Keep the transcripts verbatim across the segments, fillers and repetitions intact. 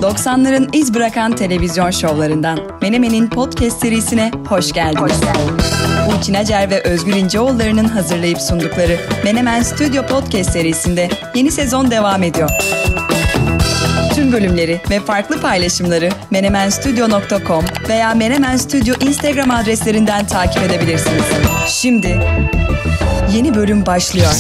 doksanların iz bırakan televizyon şovlarından Menemen'in podcast serisine hoş geldiniz. Hoş geldiniz. Burçin Acar ve Özgür İnceoğulları'nın hazırlayıp sundukları Menemen Stüdyo Podcast serisinde yeni sezon devam ediyor. Tüm bölümleri ve farklı paylaşımları menemenstudio nokta com veya Menemen Stüdyo Instagram adreslerinden takip edebilirsiniz. Şimdi yeni bölüm başlıyor.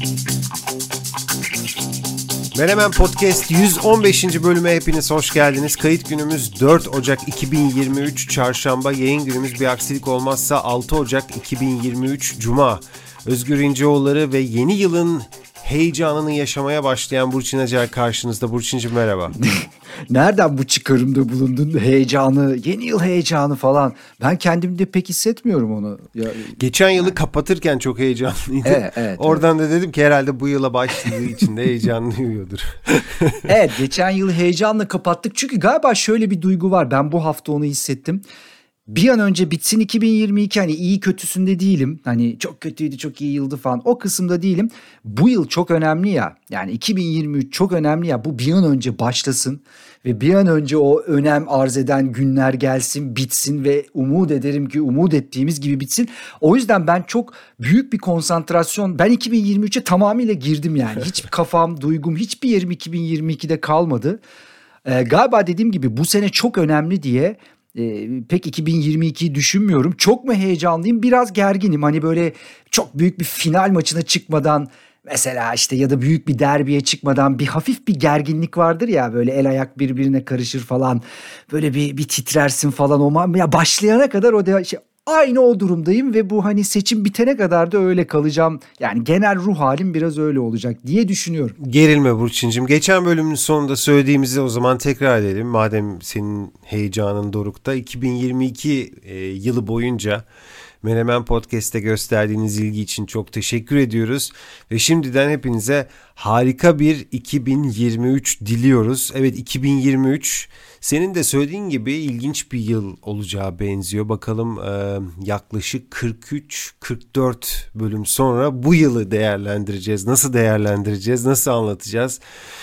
Menemen Podcast yüz on beşinci bölüme hepiniz hoş geldiniz. Kayıt günümüz dört Ocak iki bin yirmi üç Çarşamba. Yayın günümüz bir aksilik olmazsa altı Ocak iki bin yirmi üç Cuma. Özgür İnceoğulları ve yeni yılın heyecanını yaşamaya başlayan Burçin Acar karşınızda. Burçincim merhaba. Nereden bu çıkarımda bulundun? Heyecanı, yeni yıl heyecanı falan. Ben kendimde pek hissetmiyorum onu. Ya, Geçen yılı yani kapatırken çok heyecanlıydım. Evet, evet, Oradan evet. da dedim ki herhalde bu yıla başladığı için de heyecanlıyıyordur. Evet, geçen yılı heyecanla kapattık. Çünkü galiba şöyle bir duygu var. Ben bu hafta onu hissettim. Bir an önce bitsin iki bin yirmi iki, hani iyi kötüsünde değilim. Hani çok kötüydü, çok iyi yıldı falan. O kısımda değilim. Bu yıl çok önemli ya. Yani iki bin yirmi üç çok önemli ya. Bu bir an önce başlasın ve bir an önce o önem arz eden günler gelsin, bitsin ve umut ederim ki umut ettiğimiz gibi bitsin. O yüzden ben çok büyük bir konsantrasyon, ben iki bin yirmi üçe tamamıyla girdim yani. Hiç kafam, duygum, hiçbir yerim iki bin yirmi ikide kalmadı. Ee, galiba dediğim gibi bu sene çok önemli diye Ee, pek iki bin yirmi ikiyi düşünmüyorum. Çok mu heyecanlıyım? Biraz gerginim. Hani böyle çok büyük bir final maçına çıkmadan mesela işte ya da büyük bir derbiye çıkmadan bir hafif bir gerginlik vardır ya, böyle el ayak birbirine karışır falan. Böyle bir bir titrersin falan o ya, başlayana kadar o da şey, aynı o durumdayım ve bu hani seçim bitene kadar da öyle kalacağım. Yani genel ruh halim biraz öyle olacak diye düşünüyorum. Gerilme Burçincim. Geçen bölümün sonunda söylediğimizi o zaman tekrar edelim. Madem senin heyecanın dorukta, iki bin yirmi iki e, yılı boyunca Menemen Podcast'te gösterdiğiniz ilgi için çok teşekkür ediyoruz. Ve şimdiden hepinize harika bir iki bin yirmi üç diliyoruz. Evet, iki bin yirmi üç senin de söylediğin gibi ilginç bir yıl olacağı benziyor. Bakalım e, yaklaşık kırk üç kırk dört bölüm sonra bu yılı değerlendireceğiz. Nasıl değerlendireceğiz, nasıl anlatacağız?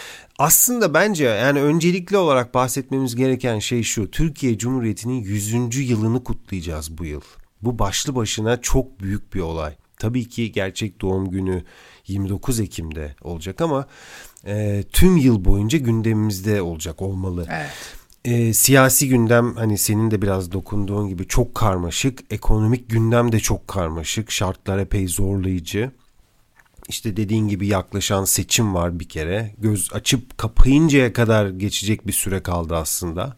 Aslında bence yani öncelikli olarak bahsetmemiz gereken şey şu: Türkiye Cumhuriyeti'nin yüzüncü yılını kutlayacağız bu yıl. Bu başlı başına çok büyük bir olay. Tabii ki gerçek doğum günü yirmi dokuz Ekim'de olacak ama e, tüm yıl boyunca gündemimizde olacak olmalı. Evet. E, siyasi gündem, hani senin de biraz dokunduğun gibi, çok karmaşık. Ekonomik gündem de çok karmaşık. Şartlar epey zorlayıcı. İşte dediğin gibi yaklaşan seçim var bir kere. Göz açıp kapayıncaya kadar geçecek bir süre kaldı aslında.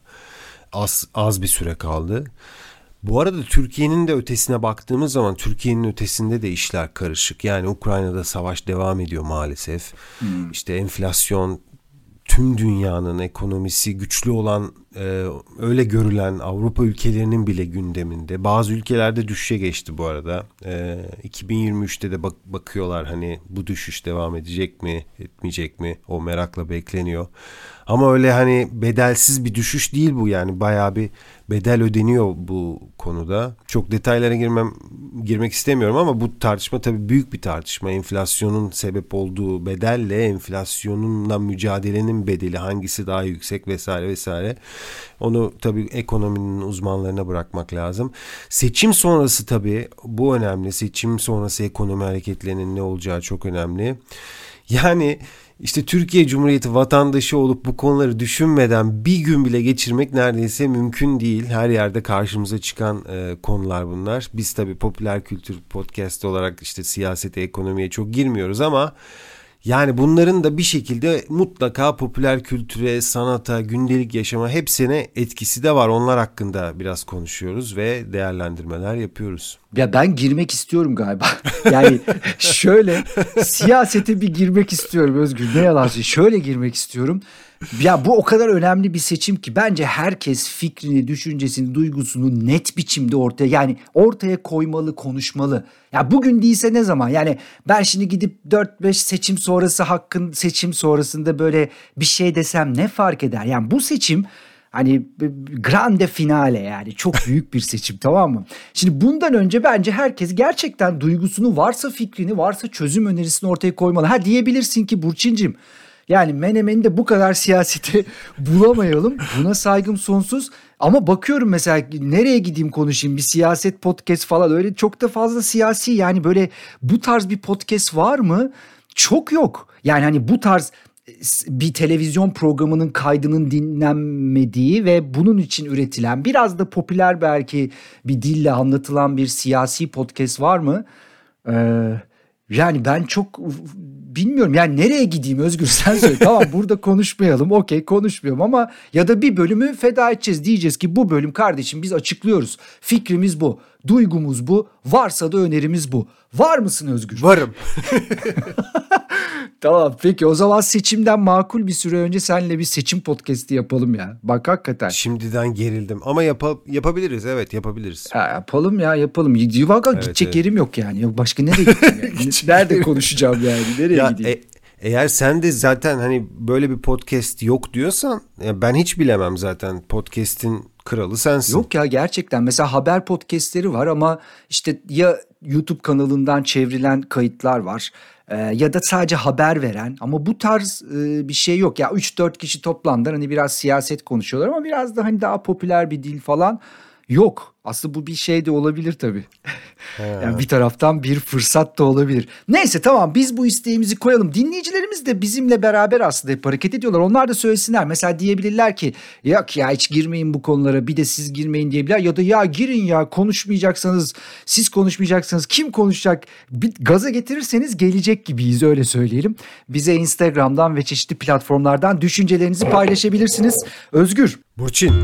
Az, az bir süre kaldı. Bu arada Türkiye'nin de ötesine baktığımız zaman Türkiye'nin ötesinde de işler karışık. Yani Ukrayna'da savaş devam ediyor maalesef. Hmm. İşte enflasyon, tüm dünyanın ekonomisi, güçlü olan e, öyle görülen Avrupa ülkelerinin bile gündeminde. Bazı ülkelerde düşüşe geçti bu arada. E, iki bin yirmi üçte de bak- bakıyorlar hani bu düşüş devam edecek mi, etmeyecek mi? O merakla bekleniyor. Ama öyle hani bedelsiz bir düşüş değil bu, yani bayağı bir bedel ödeniyor bu konuda. Çok detaylara girmem girmek istemiyorum ama bu tartışma tabii büyük bir tartışma. Enflasyonun sebep olduğu bedelle enflasyonunla mücadelenin bedeli hangisi daha yüksek vesaire vesaire. Onu tabii ekonominin uzmanlarına bırakmak lazım. Seçim sonrası tabii bu önemli. Seçim sonrası ekonomi hareketlerinin ne olacağı çok önemli. Yani İşte Türkiye Cumhuriyeti vatandaşı olup bu konuları düşünmeden bir gün bile geçirmek neredeyse mümkün değil. Her yerde karşımıza çıkan e, konular bunlar. Biz tabii popüler kültür podcast olarak işte siyasete, ekonomiye çok girmiyoruz ama yani bunların da bir şekilde mutlaka popüler kültüre, sanata, gündelik yaşama hepsine etkisi de var. Onlar hakkında biraz konuşuyoruz ve değerlendirmeler yapıyoruz. Ya ben girmek istiyorum galiba. Yani şöyle siyasete bir girmek istiyorum Özgür. Ne yalan söyleyeyim. Şöyle girmek istiyorum. Ya bu o kadar önemli bir seçim ki bence herkes fikrini, düşüncesini, duygusunu net biçimde ortaya, yani ortaya koymalı, konuşmalı. Ya bugün değilse ne zaman? Yani ben şimdi gidip dört beş seçim sonrası hakkın seçim sonrasında böyle bir şey desem ne fark eder? Yani bu seçim hani grande finale, yani çok büyük bir seçim, tamam mı? Şimdi bundan önce bence herkes gerçekten duygusunu, varsa fikrini, varsa çözüm önerisini ortaya koymalı. Ha diyebilirsin ki Burçincim, Yani Menemen'i de bu kadar siyasete bulamayalım. Buna saygım sonsuz. Ama bakıyorum mesela nereye gideyim konuşayım, bir siyaset podcast falan, öyle çok da fazla siyasi, yani böyle bu tarz bir podcast var mı? Çok yok. Yani hani bu tarz bir televizyon programının kaydının dinlenmediği ve bunun için üretilen, biraz da popüler belki bir dille anlatılan bir siyasi podcast var mı? Ee, yani ben çok bilmiyorum. Yani nereye gideyim Özgür, sen söyle. Tamam, burada konuşmayalım. Okey, konuşmuyorum ama ya da bir bölümü feda edeceğiz. Diyeceğiz ki bu bölüm kardeşim biz açıklıyoruz. Fikrimiz bu. Duygumuz bu. Varsa da önerimiz bu. Var mısın Özgür? Varım. Tamam, peki o zaman seçimden makul bir süre önce seninle bir seçim podcast'i yapalım ya. Bak hakikaten. Şimdiden gerildim ama yapa, yapabiliriz, evet yapabiliriz. Ya yapalım ya yapalım. Bak evet, gidecek evet. yerim yok yani. Yok, başka nereye gideceğim yani? Nerede konuşacağım yani? Nereye ya, gideyim? E, eğer sen de zaten hani böyle bir podcast yok diyorsan ben hiç bilemem zaten, podcast'in kralı sensin. Yok ya, gerçekten mesela haber podcastleri var ama işte ya YouTube kanalından çevrilen kayıtlar var e, ya da sadece haber veren, ama bu tarz e, bir şey yok. Ya üç dört kişi toplandılar, hani biraz siyaset konuşuyorlar ama biraz da hani daha popüler bir dil falan yok. Aslında bu bir şey de olabilir tabii. Yani bir taraftan bir fırsat da olabilir. Neyse tamam, biz bu isteğimizi koyalım. Dinleyicilerimiz de bizimle beraber aslında hep hareket ediyorlar. Onlar da söylesinler. Mesela diyebilirler ki yok ya hiç girmeyin bu konulara, bir de siz girmeyin diyebilirler. Ya da ya girin ya, konuşmayacaksanız, siz konuşmayacaksanız kim konuşacak? Bir gaza getirirseniz gelecek gibiyiz, öyle söyleyelim. Bize Instagram'dan ve çeşitli platformlardan düşüncelerinizi paylaşabilirsiniz. Özgür. Burçin.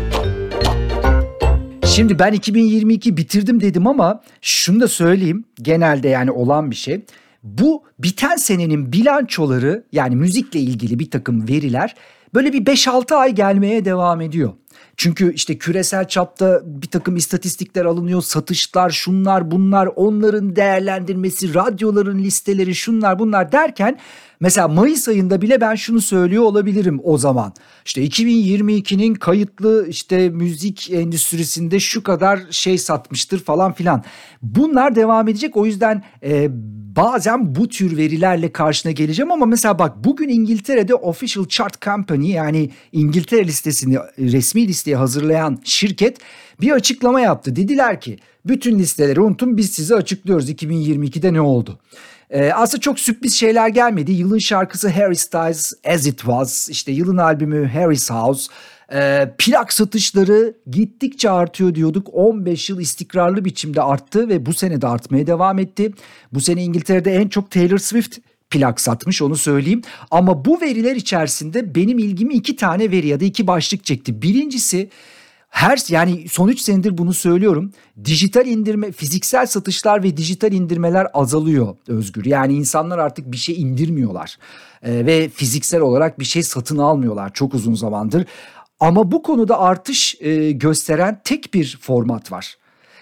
Şimdi ben iki bin yirmi iki bitirdim dedim ama şunu da söyleyeyim, genelde yani olan bir şey. Bu biten senenin bilançoları, yani müzikle ilgili bir takım veriler böyle bir beş altı ay gelmeye devam ediyor. Çünkü işte küresel çapta bir takım istatistikler alınıyor, satışlar, şunlar bunlar, onların değerlendirmesi, radyoların listeleri, şunlar bunlar derken mesela Mayıs ayında bile ben şunu söylüyor olabilirim o zaman. İşte iki bin yirmi ikinin kayıtlı işte müzik endüstrisinde şu kadar şey satmıştır falan filan. Bunlar devam edecek, o yüzden e, bazen bu tür verilerle karşına geleceğim ama mesela bak, bugün İngiltere'de Official Chart Company, yani İngiltere listesini, resmi listeyi hazırlayan şirket bir açıklama yaptı. Dediler ki bütün listeleri unutun, biz size açıklıyoruz iki bin yirmi ikide ne oldu. Ee, aslında çok sürpriz şeyler gelmedi. Yılın şarkısı Harry Styles As It Was, işte yılın albümü Harry's House. Ee, plak satışları gittikçe artıyor diyorduk. on beş yıl istikrarlı biçimde arttı ve bu sene de artmaya devam etti. Bu sene İngiltere'de en çok Taylor Swift plak satmış, onu söyleyeyim. Ama bu veriler içerisinde benim ilgimi iki tane veri ya da iki başlık çekti. Birincisi, her yani son üç senedir bunu söylüyorum. Dijital indirme, fiziksel satışlar ve dijital indirmeler azalıyor Özgür. Yani insanlar artık bir şey indirmiyorlar ee, ve fiziksel olarak bir şey satın almıyorlar çok uzun zamandır. Ama bu konuda artış e, gösteren tek bir format var.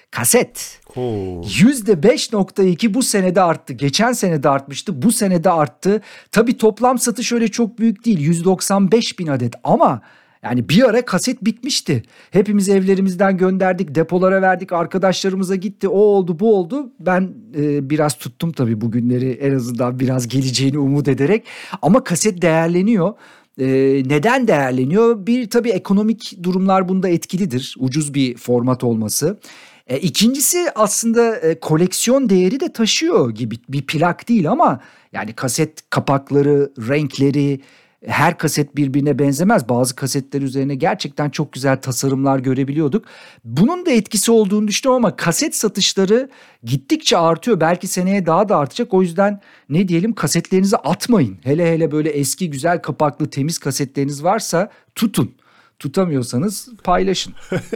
Kaset. Oh. yüzde beş nokta iki bu senede arttı. Geçen senede artmıştı. Bu senede arttı. Tabii toplam satış öyle çok büyük değil. yüz doksan beş bin adet ama yani bir ara kaset bitmişti. Hepimiz evlerimizden gönderdik, depolara verdik, arkadaşlarımıza gitti. O oldu, bu oldu. Ben e, biraz tuttum tabii bugünleri, en azından biraz geleceğini umut ederek. Ama kaset değerleniyor. Ee, neden değerleniyor? Bir, tabii ekonomik durumlar bunda etkilidir. Ucuz bir format olması. E, ikincisi aslında e, koleksiyon değeri de taşıyor gibi, bir plak değil ama yani kaset kapakları, renkleri, her kaset birbirine benzemez. Bazı kasetler üzerine gerçekten çok güzel tasarımlar görebiliyorduk. Bunun da etkisi olduğunu düşünüyorum ama kaset satışları gittikçe artıyor. Belki seneye daha da artacak. O yüzden ne diyelim, kasetlerinizi atmayın. Hele hele böyle eski güzel kapaklı temiz kasetleriniz varsa tutun. Tutamıyorsanız paylaşın.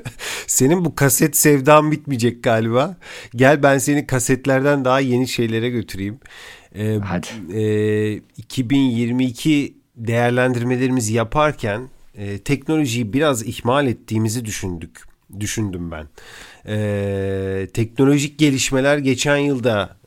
Senin bu kaset sevdan bitmeyecek galiba. Gel ben seni kasetlerden daha yeni şeylere götüreyim. Ee, Hadi. E, iki bin yirmi iki değerlendirmelerimizi yaparken e, teknolojiyi biraz ihmal ettiğimizi düşündük. Düşündüm ben. E, teknolojik gelişmeler geçen yılda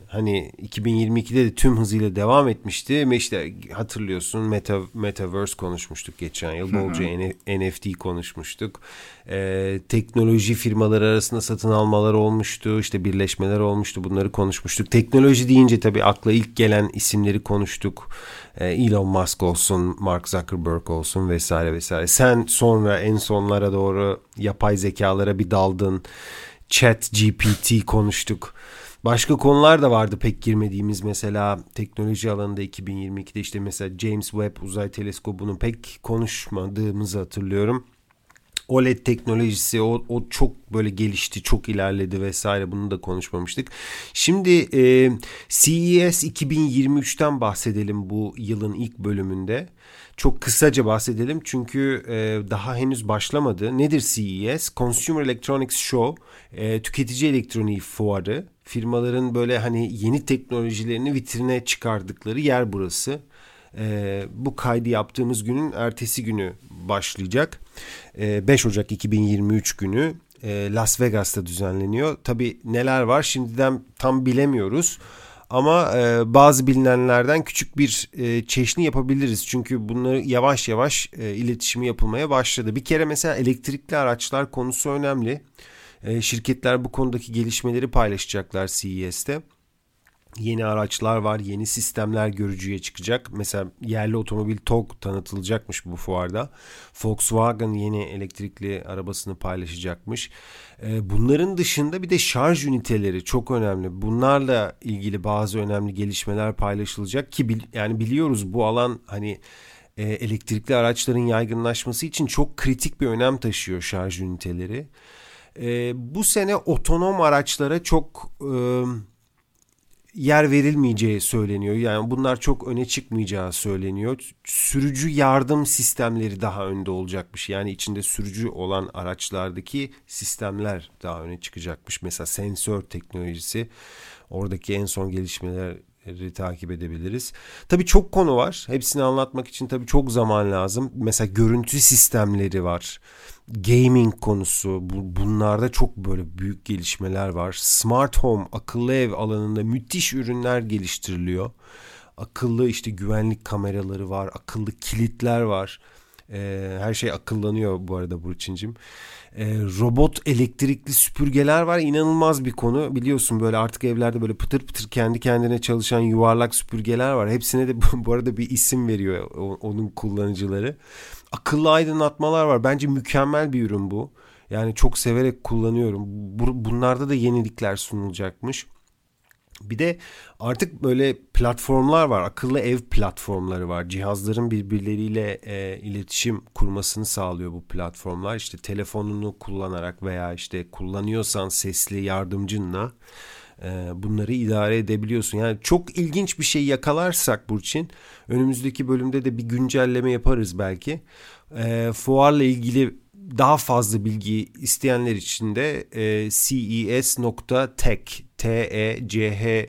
hani iki bin yirmi ikide de tüm hızıyla devam etmişti. İşte hatırlıyorsun Meta, Metaverse konuşmuştuk geçen yıl. Bolca N F T konuşmuştuk. Ee, teknoloji firmaları arasında satın almalar olmuştu. İşte birleşmeler olmuştu. Bunları konuşmuştuk. Teknoloji deyince tabii akla ilk gelen isimleri konuştuk. Ee, Elon Musk olsun, Mark Zuckerberg olsun vesaire vesaire. Sen sonra en sonlara doğru yapay zekalara bir daldın. Chat G P T konuştuk. Başka konular da vardı pek girmediğimiz, mesela teknoloji alanında iki bin yirmi ikide işte mesela James Webb Uzay Teleskobu'nu pek konuşmadığımızı hatırlıyorum. O L E D teknolojisi o, o çok böyle gelişti, çok ilerledi vesaire, bunu da konuşmamıştık. Şimdi e, C E S iki bin yirmi üçten bahsedelim bu yılın ilk bölümünde. Çok kısaca bahsedelim çünkü e, daha henüz başlamadı. Nedir C E S? Consumer Electronics Show, e, tüketici elektroniği fuarı. Firmaların böyle hani yeni teknolojilerini vitrine çıkardıkları yer burası. E, bu kaydı yaptığımız günün ertesi günü başlayacak. E, beş Ocak iki bin yirmi üç günü e, Las Vegas'ta düzenleniyor. Tabii neler var şimdiden tam bilemiyoruz. Ama e, bazı bilinenlerden küçük bir e, çeşni yapabiliriz. Çünkü bunları yavaş yavaş e, iletişimi yapılmaya başladı. Bir kere mesela elektrikli araçlar konusu önemli. E, şirketler bu konudaki gelişmeleri paylaşacaklar C E S'te. Yeni araçlar var, yeni sistemler görücüye çıkacak. Mesela yerli otomobil T O G tanıtılacakmış bu fuarda. Volkswagen yeni elektrikli arabasını paylaşacakmış. Bunların dışında bir de şarj üniteleri çok önemli. Bunlarla ilgili bazı önemli gelişmeler paylaşılacak ki yani biliyoruz bu alan hani elektrikli araçların yaygınlaşması için çok kritik bir önem taşıyor şarj üniteleri. Bu sene otonom araçlara çok yer verilmeyeceği söyleniyor. Yani bunlar çok öne çıkmayacağı söyleniyor. Sürücü yardım sistemleri daha önde olacakmış. Yani içinde sürücü olan araçlardaki sistemler daha öne çıkacakmış. Mesela sensör teknolojisi, oradaki en son gelişmeleri takip edebiliriz. Tabii çok konu var. Hepsini anlatmak için tabii çok zaman lazım. Mesela görüntü sistemleri var. Gaming konusu, bu, bunlarda çok böyle büyük gelişmeler var. Smart home, akıllı ev alanında müthiş ürünler geliştiriliyor. Akıllı işte güvenlik kameraları var, akıllı kilitler var. Ee, her şey akıllanıyor bu arada Burçincim. Ee, robot elektrikli süpürgeler var. İnanılmaz bir konu. Biliyorsun böyle artık evlerde böyle pıtır pıtır kendi kendine çalışan yuvarlak süpürgeler var. Hepsine de bu arada bir isim veriyor onun kullanıcıları. Akıllı aydınlatmalar var. Bence mükemmel bir ürün bu. Yani çok severek kullanıyorum. Bunlarda da yenilikler sunulacakmış. Bir de artık böyle platformlar var. Akıllı ev platformları var. Cihazların birbirleriyle e, iletişim kurmasını sağlıyor bu platformlar. İşte telefonunu kullanarak veya işte kullanıyorsan sesli yardımcınla e, bunları idare edebiliyorsun. Yani çok ilginç bir şey yakalarsak Burçin, önümüzdeki bölümde de bir güncelleme yaparız belki. E, fuarla ilgili daha fazla bilgi isteyenler için de e, C E S nokta tech T E C H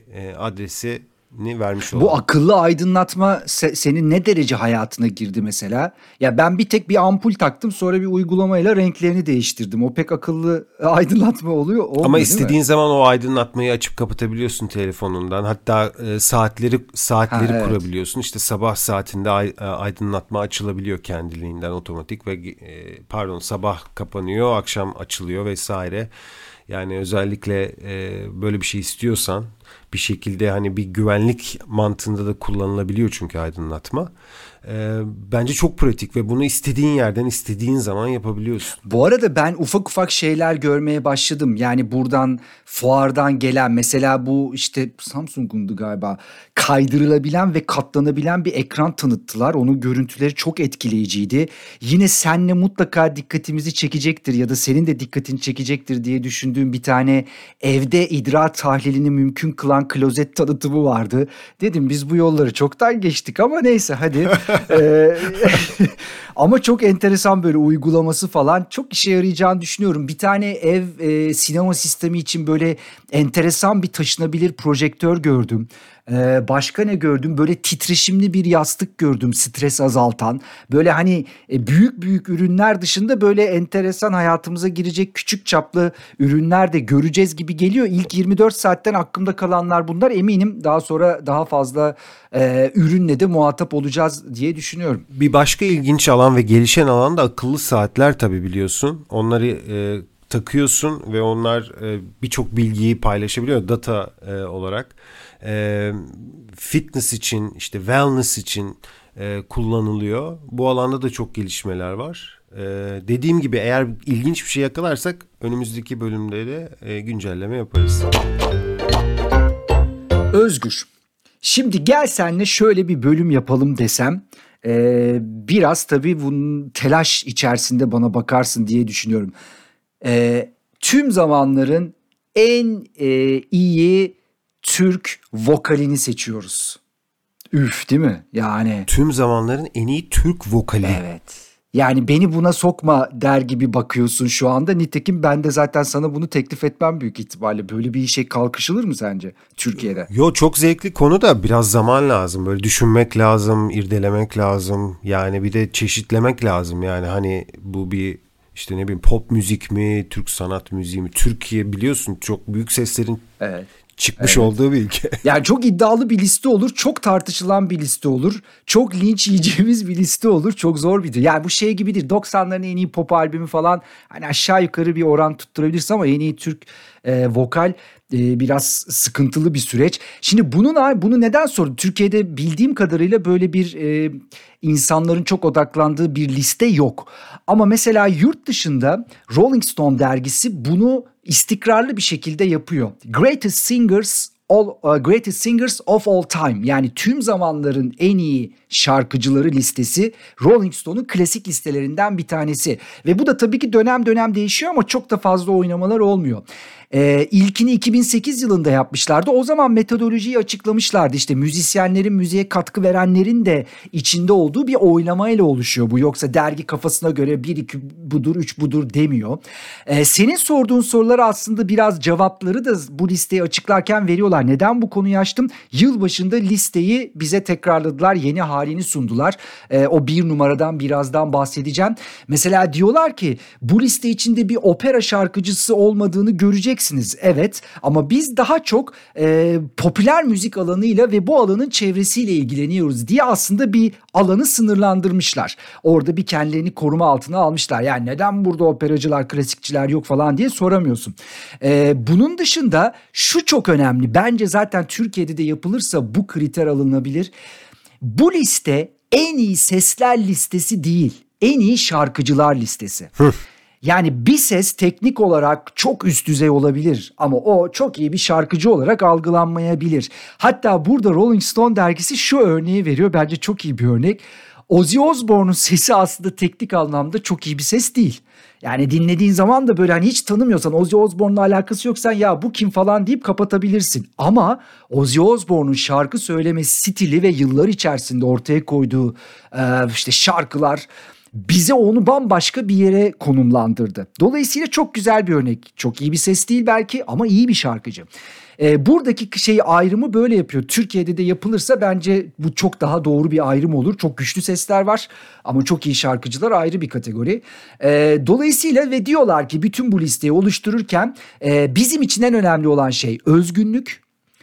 adresini vermiş olalım. Bu akıllı aydınlatma se- senin ne derece hayatına girdi mesela? Ya ben bir tek bir ampul taktım, sonra bir uygulamayla renklerini değiştirdim. O pek akıllı aydınlatma oluyor. Olmuyor, ama istediğin zaman o aydınlatmayı açıp kapatabiliyorsun telefonundan. Hatta e, saatleri saatleri ha, evet. kurabiliyorsun. İşte sabah saatinde ay, aydınlatma açılabiliyor kendiliğinden otomatik ve e, pardon sabah kapanıyor, akşam açılıyor vesaire. Yani özellikle e, böyle bir şey istiyorsan bir şekilde hani bir güvenlik mantığında da kullanılabiliyor çünkü aydınlatma. E, bence çok pratik ve bunu istediğin yerden istediğin zaman yapabiliyorsun. Bu arada ben ufak ufak şeyler görmeye başladım. Yani buradan fuardan gelen mesela bu işte Samsung'undu galiba, kaydırılabilen ve katlanabilen bir ekran tanıttılar. Onun görüntüleri çok etkileyiciydi. Yine senle mutlaka dikkatimizi çekecektir ya da senin de dikkatini çekecektir diye düşündüğüm bir tane evde idrar tahlilini mümkün kılan klozet tanıtımı vardı. Dedim biz bu yolları çoktan geçtik ama neyse hadi. ee, ama çok enteresan, böyle uygulaması falan çok işe yarayacağını düşünüyorum. Bir tane ev e, sinema sistemi için böyle enteresan bir taşınabilir projektör gördüm. Ee, başka ne gördüm? Böyle titreşimli bir yastık gördüm, stres azaltan. Böyle hani e, büyük büyük ürünler dışında böyle enteresan hayatımıza girecek küçük çaplı ürünler de göreceğiz gibi geliyor. İlk yirmi dört saatten aklımda kalanlar bunlar. Eminim daha sonra daha fazla e, ürünle de muhatap olacağız diye düşünüyorum. Bir başka ilginç alan ve gelişen alan da akıllı saatler tabii, biliyorsun. Onları e, takıyorsun ve onlar e, birçok bilgiyi paylaşabiliyor data e, olarak. E, fitness için, işte wellness için e, kullanılıyor. Bu alanda da çok gelişmeler var. E, dediğim gibi eğer ilginç bir şey yakalarsak önümüzdeki bölümde de e, güncelleme yaparız. Özgür, şimdi gel seninle şöyle bir bölüm yapalım desem, e, biraz tabii bunun telaş içerisinde bana bakarsın diye düşünüyorum. E, tüm zamanların en e, iyi Türk vokalini seçiyoruz. Üf, değil mi? Yani. Tüm zamanların en iyi Türk vokali. Evet. Yani beni buna sokma der gibi bakıyorsun şu anda. Nitekim ben de zaten sana bunu teklif etmem büyük ihtimalle. Böyle bir şey kalkışılır mı sence Türkiye'de? Yo, çok zevkli konu da biraz zaman lazım. Böyle düşünmek lazım, irdelemek lazım. Yani bir de çeşitlemek lazım. Yani hani bu bir işte ne bileyim pop müzik mi, Türk sanat müziği mi? Türkiye biliyorsun çok büyük seslerin Evet. çıkmış Evet. olduğu bir ülke. Yani çok iddialı bir liste olur, çok tartışılan bir liste olur, çok linç yiyeceğimiz bir liste olur, çok zor bir. Yani bu şey gibidir, doksanların en iyi pop albümü falan hani aşağı yukarı bir oran tutturabilirsin ama en iyi Türk e, vokal e, biraz sıkıntılı bir süreç. Şimdi bunun bunu neden sordum? Türkiye'de bildiğim kadarıyla böyle bir e, insanların çok odaklandığı bir liste yok. Ama mesela yurt dışında Rolling Stone dergisi bunu istikrarlı bir şekilde yapıyor. Greatest Singers All, uh, Greatest Singers of All Time, yani tüm zamanların en iyi şarkıcıları listesi Rolling Stone'un klasik listelerinden bir tanesi. Ve bu da tabii ki dönem dönem değişiyor ama çok da fazla oynamalar olmuyor. Ee, ilkini iki bin sekiz yılında yapmışlardı. O zaman metodolojiyi açıklamışlardı. İşte müzisyenlerin, müziğe katkı verenlerin de içinde olduğu bir oylamayla oluşuyor bu. Yoksa dergi kafasına göre bir iki budur, üç budur demiyor. Ee, senin sorduğun sorulara aslında biraz cevapları da bu listeyi açıklarken veriyorlar. Neden bu konuyu açtım? Yılbaşında listeyi bize tekrarladılar. Yeni halini sundular. Ee, o bir numaradan birazdan bahsedeceğim. Mesela diyorlar ki bu liste içinde bir opera şarkıcısı olmadığını görecek. Evet, ama biz daha çok e, popüler müzik alanıyla ve bu alanın çevresiyle ilgileniyoruz diye aslında bir alanı sınırlandırmışlar. Orada bir kendilerini koruma altına almışlar. Yani neden burada operacılar, klasikçiler yok falan diye soramıyorsun. E, bunun dışında şu çok önemli. Bence zaten Türkiye'de de yapılırsa bu kriter alınabilir. Bu liste en iyi sesler listesi değil, en iyi şarkıcılar listesi. Yani bir ses teknik olarak çok üst düzey olabilir ama o çok iyi bir şarkıcı olarak algılanmayabilir. Hatta burada Rolling Stone dergisi şu örneği veriyor, bence çok iyi bir örnek. Ozzy Osbourne'un sesi aslında teknik anlamda çok iyi bir ses değil. Yani dinlediğin zaman da böyle hani hiç tanımıyorsan, Ozzy Osbourne'la alakası yoksan ya bu kim falan deyip kapatabilirsin. Ama Ozzy Osbourne'un şarkı söyleme stili ve yıllar içerisinde ortaya koyduğu işte şarkılar bize onu bambaşka bir yere konumlandırdı. Dolayısıyla çok güzel bir örnek. Çok iyi bir ses değil belki ama iyi bir şarkıcı. Ee, buradaki şeyi, ayrımı böyle yapıyor. Türkiye'de de yapılırsa bence bu çok daha doğru bir ayrım olur. Çok güçlü sesler var ama çok iyi şarkıcılar ayrı bir kategori. Ee, dolayısıyla ve diyorlar ki bütün bu listeyi oluştururken e, bizim için en önemli olan şey özgünlük,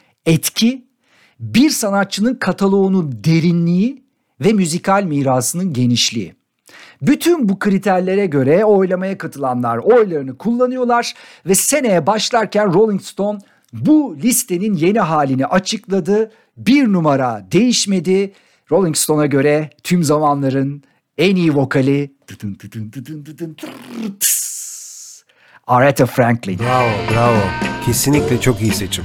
etki, bir sanatçının kataloğunun derinliği ve müzikal mirasının genişliği. Bütün bu kriterlere göre oylamaya katılanlar oylarını kullanıyorlar ve seneye başlarken Rolling Stone bu listenin yeni halini açıkladı. Bir numara değişmedi. Rolling Stone'a göre tüm zamanların en iyi vokali Aretha Franklin. Bravo, bravo. Kesinlikle çok iyi seçim.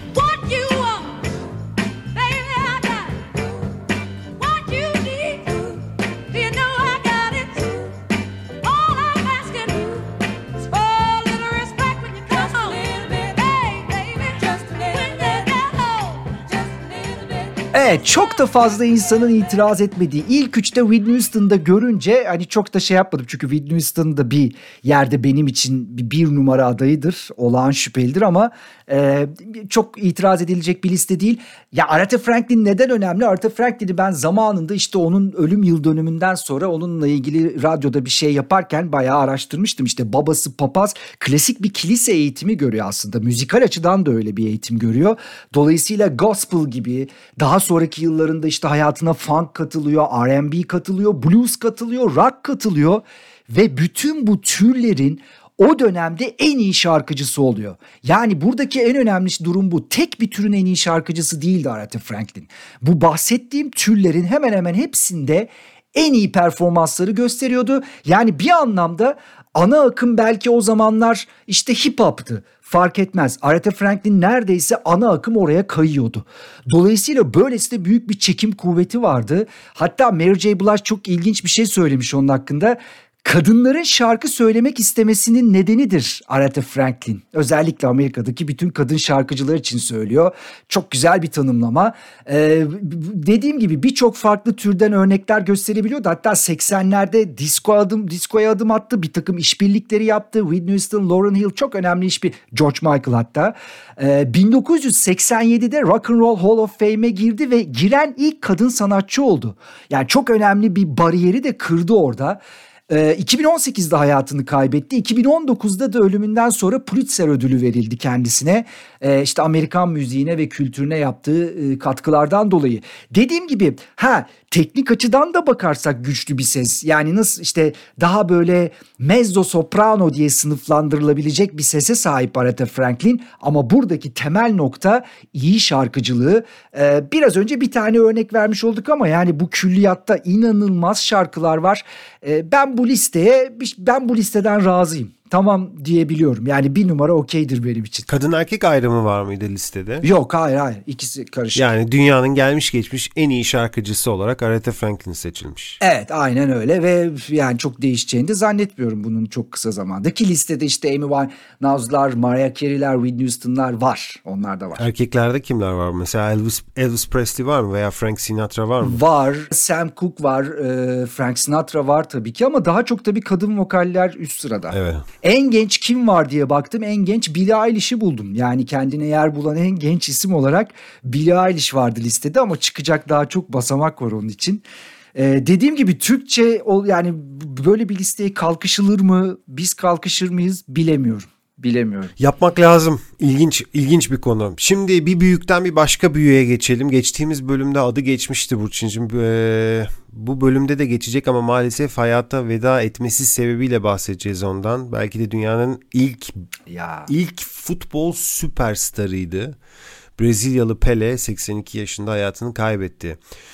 Evet, çok da fazla insanın itiraz etmediği ilk üçte Whitney Houston'da görünce hani çok da şey yapmadım. Çünkü Whitney Houston da bir yerde benim için bir, bir numara adayıdır. Olağan şüphelidir ama e, çok itiraz edilecek bir liste değil. Ya Aretha Franklin neden önemli? Aretha Franklin'i ben zamanında işte onun ölüm yıl dönümünden sonra onunla ilgili radyoda bir şey yaparken bayağı araştırmıştım. İşte babası papaz, klasik bir kilise eğitimi görüyor aslında. Müzikal açıdan da öyle bir eğitim görüyor. Dolayısıyla gospel gibi, daha sonraki yıllarında işte hayatına funk katılıyor, R and B katılıyor, blues katılıyor, rock katılıyor ve bütün bu türlerin o dönemde en iyi şarkıcısı oluyor. Yani buradaki en önemli durum bu. Tek bir türün en iyi şarkıcısı değildi Aretha Franklin. Bu bahsettiğim türlerin hemen hemen hepsinde en iyi performansları gösteriyordu. Yani bir anlamda ana akım belki o zamanlar işte hip hop'tı. Fark etmez. Aretha Franklin neredeyse ana akım oraya kayıyordu. Dolayısıyla böylesi de büyük bir çekim kuvveti vardı. Hatta Mary J. Blige çok ilginç bir şey söylemiş onun hakkında. Kadınların şarkı söylemek istemesinin nedenidir Aretha Franklin. Özellikle Amerika'daki bütün kadın şarkıcılar için söylüyor. Çok güzel bir tanımlama. Ee, dediğim gibi birçok farklı türden örnekler gösterebiliyordu. Hatta seksenlerde disco adım, discoya adım attı. Bir takım işbirlikleri yaptı. Whitney Houston, Lauryn Hill çok önemli işbir... George Michael hatta. Ee, bin dokuz yüz seksen yedide Rock and Roll Hall of Fame'e girdi ve giren ilk kadın sanatçı oldu. Yani çok önemli bir bariyeri de kırdı orada. iki bin on sekizde hayatını kaybetti. iki bin on dokuzda da ölümünden sonra Pulitzer ödülü verildi kendisine. Ee, işte Amerikan müziğine ve kültürüne yaptığı e, katkılardan dolayı. Dediğim gibi ha teknik açıdan da bakarsak güçlü bir ses. Yani nasıl işte daha böyle mezzo soprano diye sınıflandırılabilecek bir sese sahip Aretha Franklin. Ama buradaki temel nokta iyi şarkıcılığı. Ee, biraz önce bir tane örnek vermiş olduk ama yani bu külliyatta inanılmaz şarkılar var. Ee, ben bu listeye ben bu listeden razıyım. Tamam diyebiliyorum. Yani bir numara okeydir benim için. Kadın erkek ayrımı var mıydı listede? Yok, hayır hayır. İkisi karışık. Yani dünyanın gelmiş geçmiş en iyi şarkıcısı olarak Aretha Franklin seçilmiş. Evet, aynen öyle ve yani çok değişeceğini de zannetmiyorum bunun çok kısa zamanda. Ki listede işte Amy Winehouse'lar, Mariah Carey'ler, Whitney Houston'lar var. Onlar da var. Erkeklerde kimler var? Mesela Elvis, Elvis Presley var mı veya Frank Sinatra var mı? Var. Sam Cooke var. Frank Sinatra var tabii ki ama daha çok tabii kadın vokaller üst sırada. Evet. En genç kim var diye baktım. En genç Billie Eilish'i buldum. Yani kendine yer bulan en genç isim olarak Billie Eilish vardı listede ama çıkacak daha çok basamak var onun için. Ee, dediğim gibi Türkçe yani böyle bir listeye kalkışılır mı? Biz kalkışır mıyız? Bilemiyorum. Bilemiyorum. Yapmak lazım. İlginç, ilginç bir konu. Şimdi bir büyükten bir başka büyüğe geçelim. Geçtiğimiz bölümde adı geçmişti Burçin'cim. Ee, bu bölümde de geçecek ama maalesef hayata veda etmesi sebebiyle bahsedeceğiz ondan. Belki de dünyanın ilk ya. ilk futbol süperstarıydı. Brezilyalı Pelé seksen iki yaşında hayatını kaybetti.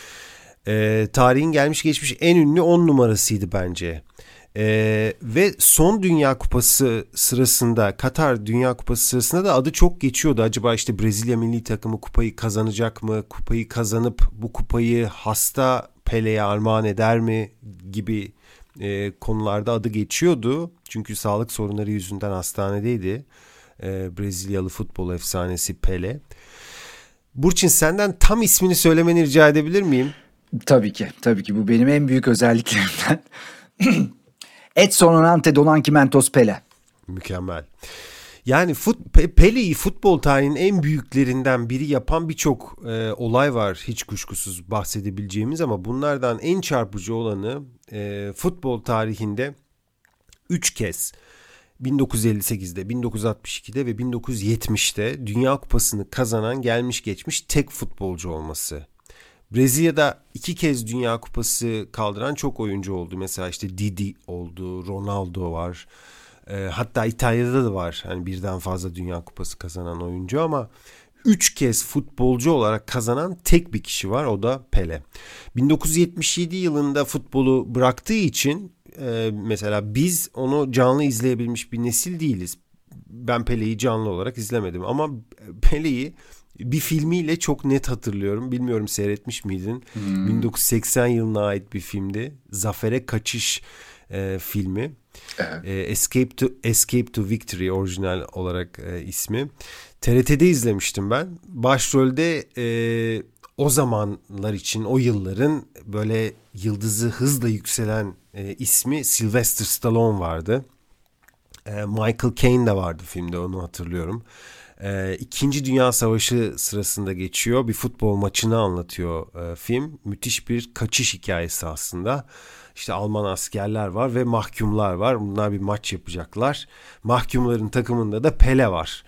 Ee, tarihin gelmiş geçmiş en ünlü on numarasıydı bence. Ee, ve son Dünya Kupası sırasında, Katar Dünya Kupası sırasında da adı çok geçiyordu. Acaba işte Brezilya milli takımı kupayı kazanacak mı? Kupayı kazanıp bu kupayı hasta Pele'ye armağan eder mi gibi e, konularda adı geçiyordu. Çünkü sağlık sorunları yüzünden hastanedeydi. E, Brezilyalı futbol efsanesi Pele. Burçin, senden tam ismini söylemeni rica edebilir miyim? Tabii ki. Tabii ki. Bu benim en büyük özelliklerimden. Edson Arantes do Nascimento Pelé. Mükemmel. Yani fut, Pele'yi futbol tarihinin en büyüklerinden biri yapan birçok e, olay var hiç kuşkusuz bahsedebileceğimiz ama bunlardan en çarpıcı olanı e, futbol tarihinde üç kez bin dokuz yüz elli sekizde, bin dokuz yüz altmış ikide ve bin dokuz yüz yetmişte Dünya Kupası'nı kazanan gelmiş geçmiş tek futbolcu olması. Brezilya'da iki kez Dünya Kupası kaldıran çok oyuncu oldu. Mesela işte Didi oldu, Ronaldo var. E, hatta İtalya'da da var. Hani birden fazla Dünya Kupası kazanan oyuncu ama üç kez futbolcu olarak kazanan tek bir kişi var. O da Pelé. bin dokuz yüz yetmiş yedi yılında futbolu bıraktığı için e, mesela biz onu canlı izleyebilmiş bir nesil değiliz. Ben Pelé'yi canlı olarak izlemedim ama Pelé'yi bir filmiyle çok net hatırlıyorum. Bilmiyorum seyretmiş miydin? Hmm. bin dokuz yüz seksen yılına ait bir filmdi. Zafer'e Kaçış e, filmi. Evet. E, Escape to Escape to Victory orijinal olarak e, ismi. T R T'de izlemiştim ben. Başrolde e, o zamanlar için, o yılların böyle yıldızı hızla yükselen e, ismi Sylvester Stallone vardı. E, Michael Caine de vardı filmde, onu hatırlıyorum. E, İkinci Dünya Savaşı sırasında geçiyor. Bir futbol maçını anlatıyor e, film. Müthiş bir kaçış hikayesi aslında. İşte Alman askerler var ve mahkumlar var. Bunlar bir maç yapacaklar. Mahkumların takımında da Pele var.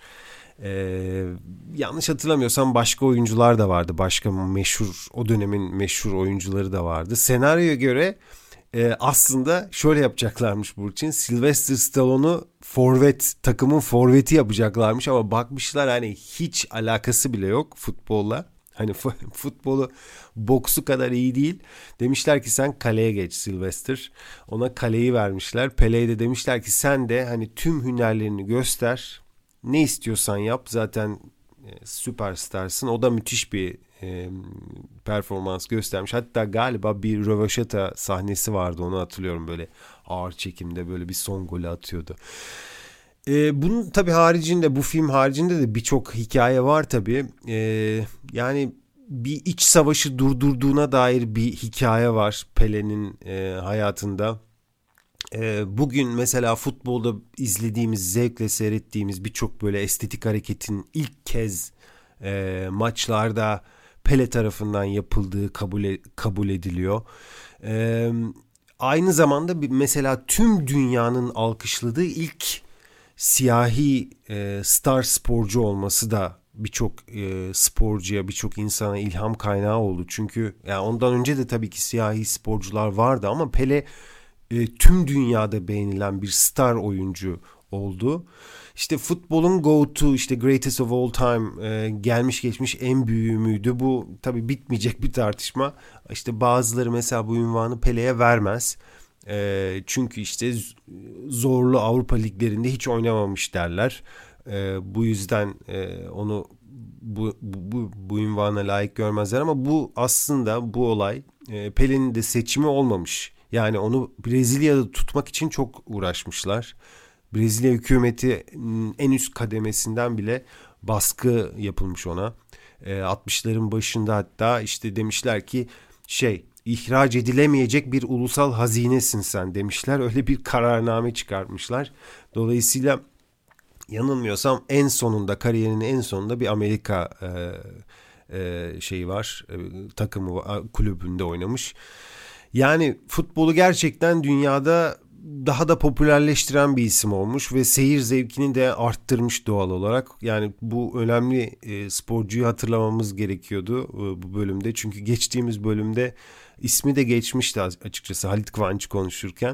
Ee, yanlış hatırlamıyorsam başka oyuncular da vardı. Başka meşhur, o dönemin meşhur oyuncuları da vardı. Senaryoya göre e, aslında şöyle yapacaklarmış Burçin. Sylvester Stallone'u forvet, takımın forveti yapacaklarmış ama bakmışlar hani hiç alakası bile yok futbolla. Hani futbolu boksu kadar iyi değil. Demişler ki sen kaleye geç Sylvester. Ona kaleyi vermişler. Pele'ye de demişler ki sen de hani tüm hünerlerini göster. Ne istiyorsan yap. Zaten e, süperstarsın. O da müthiş bir e, performans göstermiş. Hatta galiba bir röveşata sahnesi vardı. Onu hatırlıyorum, böyle ağır çekimde böyle bir son golü atıyordu. Ee, bunun tabii haricinde, bu film haricinde de birçok hikaye var tabii. Ee, yani bir iç savaşı durdurduğuna dair bir hikaye var Pele'nin e, hayatında. Ee, bugün mesela futbolda izlediğimiz, zevkle seyrettiğimiz birçok böyle estetik hareketin ilk kez e, maçlarda Pele tarafından yapıldığı kabul, e, kabul ediliyor. Ee, aynı zamanda bir, mesela tüm dünyanın alkışladığı ilk siyahi e, star sporcu olması da birçok e, sporcuya, birçok insana ilham kaynağı oldu. Çünkü yani ondan önce de tabii ki siyahi sporcular vardı ama Pele e, tüm dünyada beğenilen bir star oyuncu oldu. İşte futbolun go-to, işte greatest of all time, e, gelmiş geçmiş en büyüğü müydü? Bu tabii bitmeyecek bir tartışma. İşte bazıları mesela bu unvanı Pele'ye vermez. E, çünkü işte zorlu Avrupa liglerinde hiç oynamamış derler. E, bu yüzden e, onu bu, bu, bu, bu unvana layık görmezler ama bu aslında bu olay e, Pele'nin de seçimi olmamış. Yani onu Brezilya'da tutmak için çok uğraşmışlar. Brezilya hükümeti en üst kademesinden bile baskı yapılmış ona. E, altmışların başında hatta işte demişler ki şey, ihraç edilemeyecek bir ulusal hazinesin sen demişler. Öyle bir kararname çıkartmışlar. Dolayısıyla yanılmıyorsam en sonunda, kariyerinin en sonunda bir Amerika e, e, şeyi var, e, takımı, kulübünde oynamış. Yani futbolu gerçekten dünyada daha da popülerleştiren bir isim olmuş ve seyir zevkini de arttırmış doğal olarak. Yani bu önemli e, sporcuyu hatırlamamız gerekiyordu e, bu bölümde. Çünkü geçtiğimiz bölümde ismi de geçmişti açıkçası Halit Kıvanç konuşurken.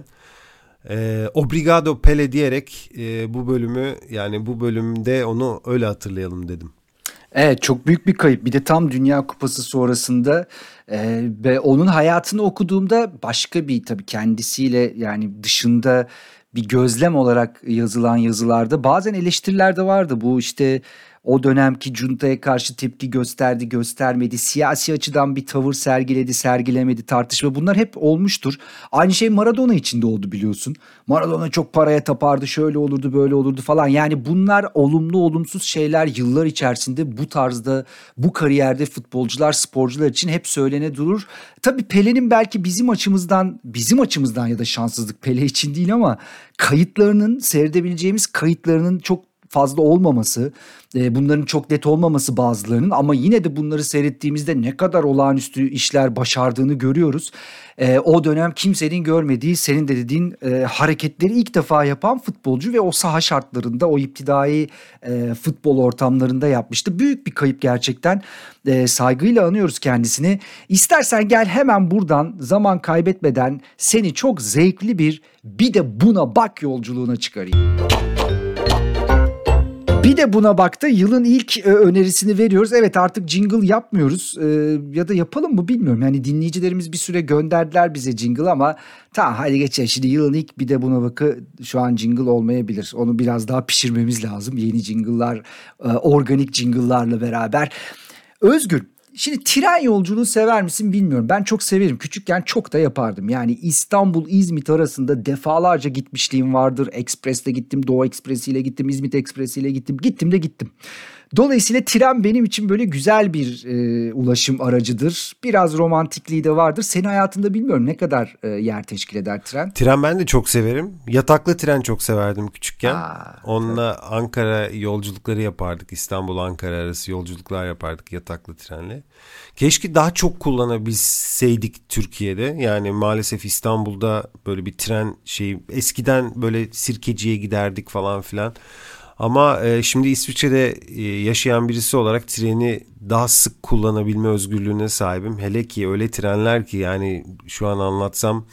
E, Obrigado Pele diyerek e, bu bölümü, yani bu bölümde onu öyle hatırlayalım dedim. Evet, çok büyük bir kayıp. Bir de tam Dünya Kupası sonrasında e, ve onun hayatını okuduğumda başka bir, tabii kendisiyle yani dışında bir gözlem olarak yazılan yazılarda bazen eleştiriler de vardı. Bu işte o dönemki juntaya karşı tepki gösterdi, göstermedi, siyasi açıdan bir tavır sergiledi, sergilemedi tartışma, bunlar hep olmuştur. Aynı şey Maradona için de oldu biliyorsun. Maradona çok paraya tapardı, şöyle olurdu, böyle olurdu falan. Yani bunlar olumlu olumsuz şeyler yıllar içerisinde bu tarzda, bu kariyerde futbolcular, sporcular için hep söylene durur. Tabii Pele'nin belki bizim açımızdan, bizim açımızdan ya da şanssızlık Pele için değil ama kayıtlarının, seyredebileceğimiz kayıtlarının çok fazla olmaması, bunların çok net olmaması bazılarının, ama yine de bunları seyrettiğimizde ne kadar olağanüstü işler başardığını görüyoruz. O dönem kimsenin görmediği, senin de dediğin hareketleri ilk defa yapan futbolcu ve o saha şartlarında, o iptidai futbol ortamlarında yapmıştı. Büyük bir kayıp gerçekten. Saygıyla anıyoruz kendisini. İstersen gel hemen buradan zaman kaybetmeden seni çok zevkli bir bir de buna bak yolculuğuna çıkarayım. Bir de buna baktı. Yılın ilk e, önerisini veriyoruz. Evet, artık jingle yapmıyoruz e, ya da yapalım mı bilmiyorum. Yani dinleyicilerimiz bir süre gönderdiler bize jingle ama tamam hadi geçelim. Şimdi yılın ilk bir de buna bakı şu an jingle olmayabilir. Onu biraz daha pişirmemiz lazım. Yeni jingle'lar, e, organik jingle'larla beraber. Özgür, şimdi tren yolculuğu sever misin bilmiyorum. Ben çok severim. Küçükken çok da yapardım. Yani İstanbul-İzmit arasında defalarca gitmişliğim vardır. Ekspres'te gittim, Doğu Ekspresi'yle gittim, İzmit Ekspresi'yle gittim. Gittim de gittim. Dolayısıyla tren benim için böyle güzel bir e, ulaşım aracıdır. Biraz romantikliği de vardır. Senin hayatında bilmiyorum ne kadar e, yer teşkil eder tren? Tren ben de çok severim. Yataklı tren çok severdim küçükken. Aa, Onunla tabii. Ankara yolculukları yapardık. İstanbul-Ankara arası yolculuklar yapardık yataklı trenle. Keşke daha çok kullanabilseydik Türkiye'de. Yani maalesef İstanbul'da böyle bir tren şeyi, eskiden böyle Sirkeci'ye giderdik falan filan. Ama e, şimdi İsviçre'de e, yaşayan birisi olarak treni daha sık kullanabilme özgürlüğüne sahibim. Hele ki öyle trenler ki yani şu an anlatsam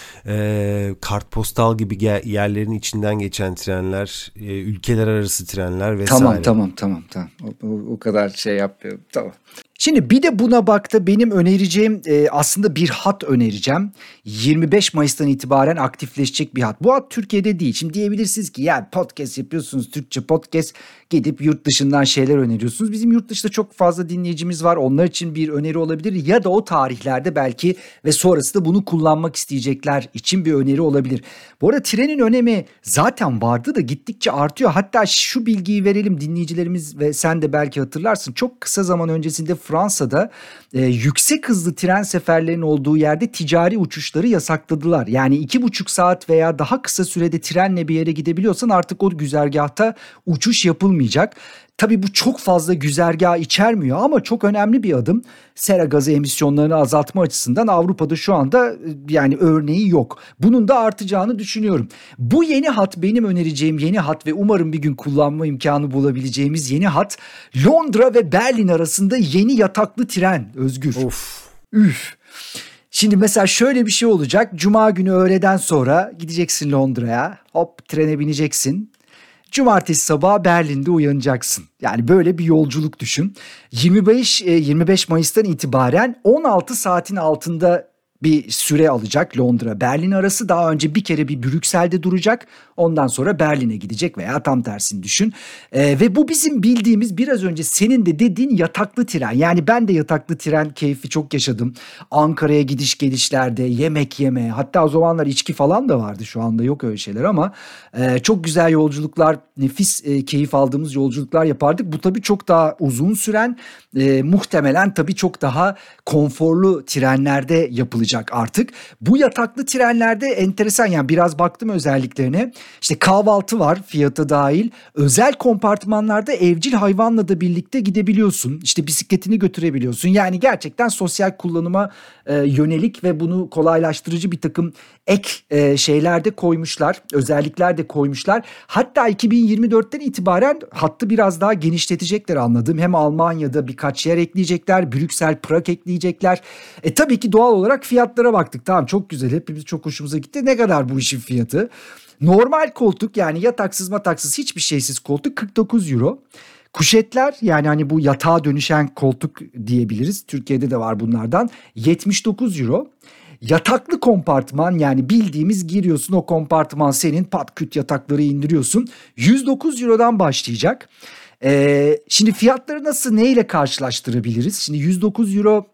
e, kartpostal gibi ge- yerlerin içinden geçen trenler, e, ülkeler arası trenler vesaire. Tamam tamam tamam tamam o, o, o kadar şey yapmıyorum tamam. Şimdi bir de buna baktı benim önereceğim e, aslında bir hat önereceğim. yirmi beş Mayıs'tan itibaren aktifleşecek bir hat. Bu hat Türkiye'de değil. Şimdi diyebilirsiniz ki ya podcast yapıyorsunuz, Türkçe podcast, gidip yurt dışından şeyler öneriyorsunuz. Bizim yurt dışında çok fazla dinleyicimiz var. Onlar için bir öneri olabilir ya da o tarihlerde belki ve sonrasında bunu kullanmak isteyecekler için bir öneri olabilir. Bu arada trenin önemi zaten vardı da gittikçe artıyor. Hatta şu bilgiyi verelim dinleyicilerimiz ve sen de belki hatırlarsın. Çok kısa zaman öncesinde Fransa'da e, yüksek hızlı tren seferlerinin olduğu yerde ticari uçuşları yasakladılar. Yani iki buçuk saat veya daha kısa sürede trenle bir yere gidebiliyorsan artık o güzergahta uçuş yapılmayacak. Tabii bu çok fazla güzergah içermiyor ama çok önemli bir adım. Sera gazı emisyonlarını azaltma açısından Avrupa'da şu anda yani örneği yok. Bunun da artacağını düşünüyorum. Bu yeni hat benim önereceğim yeni hat ve umarım bir gün kullanma imkanı bulabileceğimiz yeni hat. Londra ve Berlin arasında yeni yataklı tren Özgür. Of. Üf. Şimdi mesela şöyle bir şey olacak. Cuma günü öğleden sonra gideceksin Londra'ya. Hop trene bineceksin. Cumartesi sabahı Berlin'de uyanacaksın. Yani böyle bir yolculuk düşün. yirmi beş yirmi beş Mayıs'tan itibaren on altı saatin altında bir süre alacak Londra Berlin arası. Daha önce bir kere bir Brüksel'de duracak. Ondan sonra Berlin'e gidecek veya tam tersini düşün. Ee, ve bu bizim bildiğimiz biraz önce senin de dediğin yataklı tren. Yani ben de yataklı tren keyfi çok yaşadım. Ankara'ya gidiş gelişlerde yemek yeme, hatta o zamanlar içki falan da vardı, şu anda yok öyle şeyler ama e, çok güzel yolculuklar, nefis e, keyif aldığımız yolculuklar yapardık. Bu tabii çok daha uzun süren, e, muhtemelen tabii çok daha konforlu trenlerde yapılacak artık. Bu yataklı trenlerde enteresan, yani biraz baktım özelliklerine. İşte kahvaltı var, fiyatı dahil. Özel kompartmanlarda evcil hayvanla da birlikte gidebiliyorsun. İşte bisikletini götürebiliyorsun. Yani gerçekten sosyal kullanıma e, yönelik ve bunu kolaylaştırıcı bir takım ek e, şeyler de koymuşlar. Özellikler de koymuşlar. Hatta iki bin yirmi dörtten itibaren hattı biraz daha genişletecekler anladığım. Hem Almanya'da birkaç yer ekleyecekler. Brüksel, Prag ekleyecekler. E tabii ki doğal olarak fiyatlara baktık. Tamam, çok güzel, hepimiz çok hoşumuza gitti. Ne kadar bu işin fiyatı? Normal koltuk, yani yataksız mataksız hiçbir şeysiz koltuk kırk dokuz euro. Kuşetler, yani hani bu yatağa dönüşen koltuk diyebiliriz. Türkiye'de de var bunlardan. yetmiş dokuz euro. Yataklı kompartman, yani bildiğimiz giriyorsun, o kompartman senin, pat küt yatakları indiriyorsun. yüz dokuz eurodan başlayacak. Ee, şimdi fiyatları nasıl, neyle karşılaştırabiliriz? Şimdi yüz dokuz euro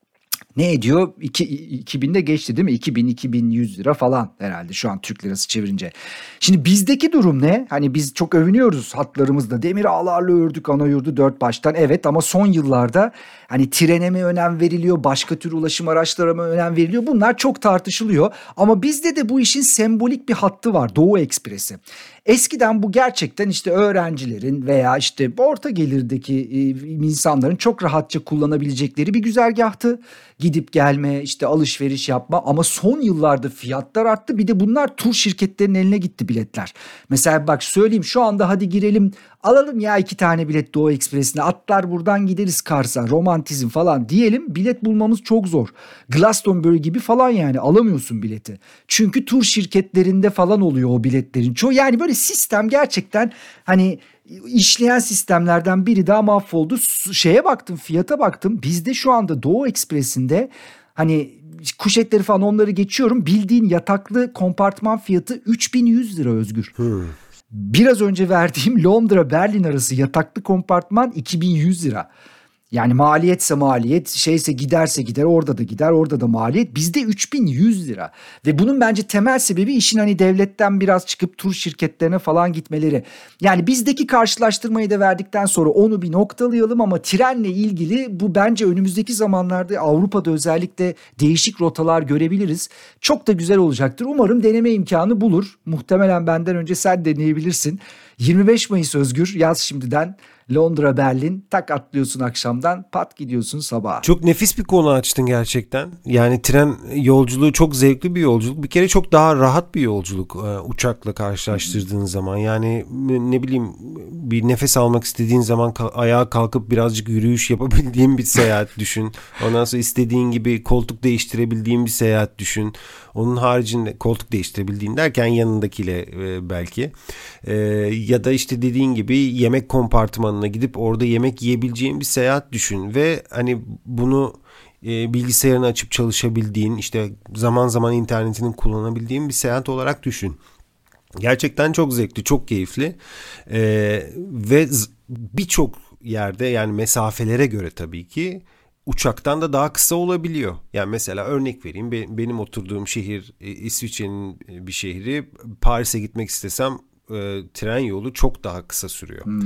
ne ediyor? iki binde geçti değil mi? iki bin iki bin yüz lira falan herhalde şu an Türk lirası çevirince. Şimdi bizdeki durum ne? Hani biz çok övünüyoruz hatlarımızda. Demir ağlarla ördük ana yurdu dört baştan. Evet, ama son yıllarda hani trene mi önem veriliyor? Başka tür ulaşım araçlarına mı önem veriliyor? Bunlar çok tartışılıyor. Ama bizde de bu işin sembolik bir hattı var. Doğu Ekspresi. Eskiden bu gerçekten işte öğrencilerin veya işte orta gelirdeki insanların çok rahatça kullanabilecekleri bir güzergahtı. Gidip gelme, işte alışveriş yapma, ama son yıllarda fiyatlar arttı. Bir de bunlar tur şirketlerinin eline gitti biletler. Mesela bak söyleyeyim, şu anda hadi girelim alalım ya iki tane bilet Doğu Ekspresi'ne, atlar buradan gideriz Kars'a, romantizm falan diyelim, bilet bulmamız çok zor. Glastonbury gibi falan, yani alamıyorsun bileti. Çünkü tur şirketlerinde falan oluyor o biletlerin çoğu. Yani böyle sistem gerçekten hani işleyen sistemlerden biri daha mahvoldu. Şeye baktım, fiyata baktım. Bizde şu anda Doğu Ekspresi'nde hani kuşetleri falan, onları geçiyorum. Bildiğin yataklı kompartman fiyatı üç bin yüz lira Özgür. Hmm. Biraz önce verdiğim Londra Berlin arası yataklı kompartman iki bin yüz lira. Yani maliyetse maliyet, şeyse giderse gider, orada da gider, orada da maliyet. Bizde üç bin yüz lira. Ve bunun bence temel sebebi işin hani devletten biraz çıkıp tur şirketlerine falan gitmeleri. Yani bizdeki karşılaştırmayı da verdikten sonra onu bir noktalayalım ama trenle ilgili bu bence önümüzdeki zamanlarda Avrupa'da özellikle değişik rotalar görebiliriz. Çok da güzel olacaktır. Umarım deneme imkanı bulur. Muhtemelen benden önce sen deneyebilirsin. yirmi beş Mayıs Özgür, yaz şimdiden. Londra, Berlin, tak atlıyorsun akşamdan, pat gidiyorsun sabaha. Çok nefis bir konu açtın gerçekten. Yani tren yolculuğu çok zevkli bir yolculuk. Bir kere çok daha rahat bir yolculuk uçakla karşılaştırdığın zaman. Yani ne bileyim, bir nefes almak istediğin zaman ayağa kalkıp birazcık yürüyüş yapabildiğin bir seyahat düşün. Ondan sonra istediğin gibi koltuk değiştirebildiğin bir seyahat düşün. Onun haricinde koltuk değiştirebildiğin derken yanındakiyle belki. Ya da işte dediğin gibi yemek kompartımanına gidip orada yemek yiyebileceğin bir seyahat düşün ve hani bunu e, bilgisayarını açıp çalışabildiğin, işte zaman zaman internetini kullanabildiğin bir seyahat olarak düşün. Gerçekten çok zevkli, çok keyifli e, ve z- birçok yerde, yani mesafelere göre tabii ki uçaktan da daha kısa olabiliyor. Yani mesela örnek vereyim, be- benim oturduğum şehir e, İsviçre'nin bir şehri. Paris'e gitmek istesem e, tren yolu çok daha kısa sürüyor. Hmm.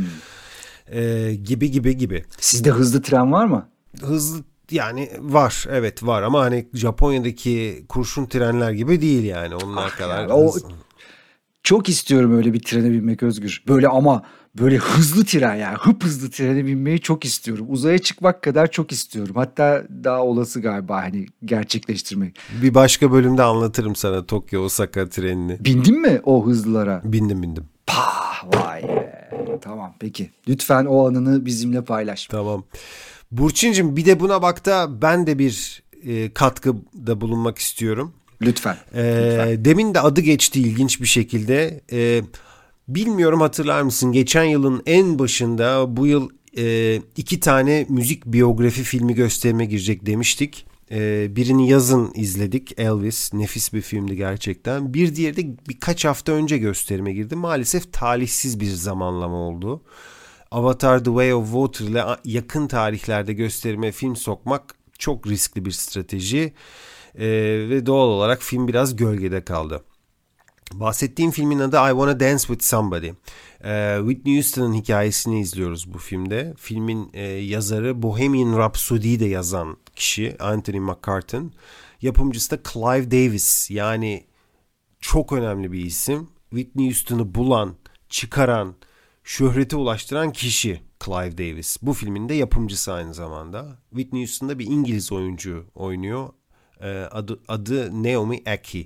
Ee, gibi gibi gibi. Sizde hızlı tren var mı? Hızlı yani var, evet var ama hani Japonya'daki kurşun trenler gibi değil yani, onlar ah kadar. Yani, o, çok istiyorum öyle bir trene binmek Özgür. Böyle ama böyle hızlı tren, yani hıp hızlı trene binmeyi çok istiyorum. Uzaya çıkmak kadar çok istiyorum. Hatta daha olası galiba hani gerçekleştirmek. Bir başka bölümde anlatırım sana Tokyo Osaka trenini. Bindin mi o hızlılara? Bindim bindim. Pah, vay be. Tamam peki. Lütfen o anını bizimle paylaş. Tamam. Burçincim, bir de buna bak da ben de bir e, katkıda bulunmak istiyorum. Lütfen. E, Lütfen. Demin de adı geçti ilginç bir şekilde. E, bilmiyorum, hatırlar mısın? Geçen yılın en başında bu yıl e, iki tane müzik biyografi filmi gösterime girecek demiştik. Ee, birini yazın izledik, Elvis, nefis bir filmdi gerçekten. Bir diğeri de birkaç hafta önce gösterime girdi. Maalesef talihsiz bir zamanlama oldu. Avatar The Way of Water ile yakın tarihlerde gösterime film sokmak çok riskli bir strateji. Ee, ve doğal olarak film biraz gölgede kaldı. Bahsettiğim filmin adı I Wanna Dance With Somebody. Ee, Whitney Houston'ın hikayesini izliyoruz bu filmde. Filmin e, yazarı, Bohemian Rhapsody'yi de yazan kişi Anthony McCartan. Yapımcısı da Clive Davis. Yani çok önemli bir isim. Whitney Houston'ı bulan, çıkaran, şöhrete ulaştıran kişi Clive Davis. Bu filmin de yapımcısı aynı zamanda. Whitney Houston'da bir İngiliz oyuncu oynuyor. Ee, adı, adı Naomi Ackie.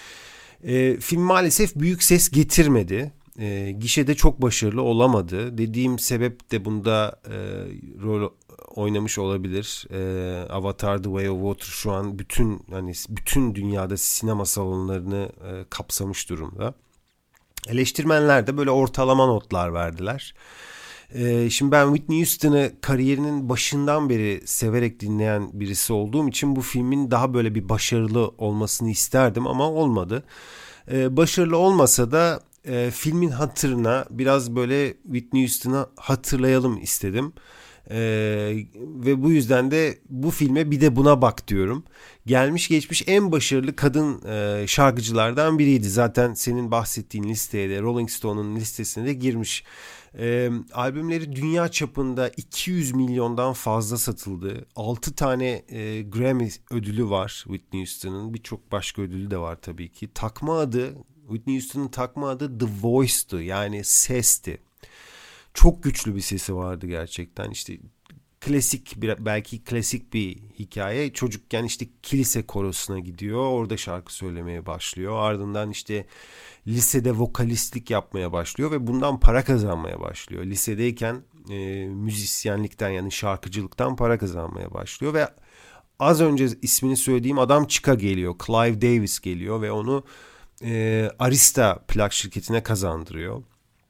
E, film maalesef büyük ses getirmedi. E, gişede çok başarılı olamadı. Dediğim sebep de bunda e, rol oynamış olabilir. E, Avatar The Way of Water şu an bütün hani bütün dünyada sinema salonlarını e, kapsamış durumda. Eleştirmenler de böyle ortalama notlar verdiler. Ee, şimdi ben Whitney Houston'ı kariyerinin başından beri severek dinleyen birisi olduğum için bu filmin daha böyle bir başarılı olmasını isterdim ama olmadı. Ee, başarılı olmasa da e, filmin hatırına biraz böyle Whitney Houston'ı hatırlayalım istedim. Ee, ve bu yüzden de bu filme bir de buna bak diyorum. Gelmiş geçmiş en başarılı kadın e, şarkıcılardan biriydi. Zaten senin bahsettiğin listeye de, Rolling Stone'un listesine de girmiş. E, albümleri dünya çapında iki yüz milyondan fazla satıldı. altı tane e, Grammy ödülü var Whitney Houston'ın. Birçok başka ödülü de var tabii ki. Takma adı, Whitney Houston'ın takma adı The Voice'tu, yani sesti. Çok güçlü bir sesi vardı gerçekten. İşte klasik, belki klasik bir hikaye. Çocukken işte kilise korosuna gidiyor. Orada şarkı söylemeye başlıyor. Ardından işte lisede vokalistlik yapmaya başlıyor ve bundan para kazanmaya başlıyor. Lisedeyken e, müzisyenlikten, yani şarkıcılıktan para kazanmaya başlıyor ve az önce ismini söylediğim adam Chica geliyor. Clive Davis geliyor ve onu e, Arista plak şirketine kazandırıyor.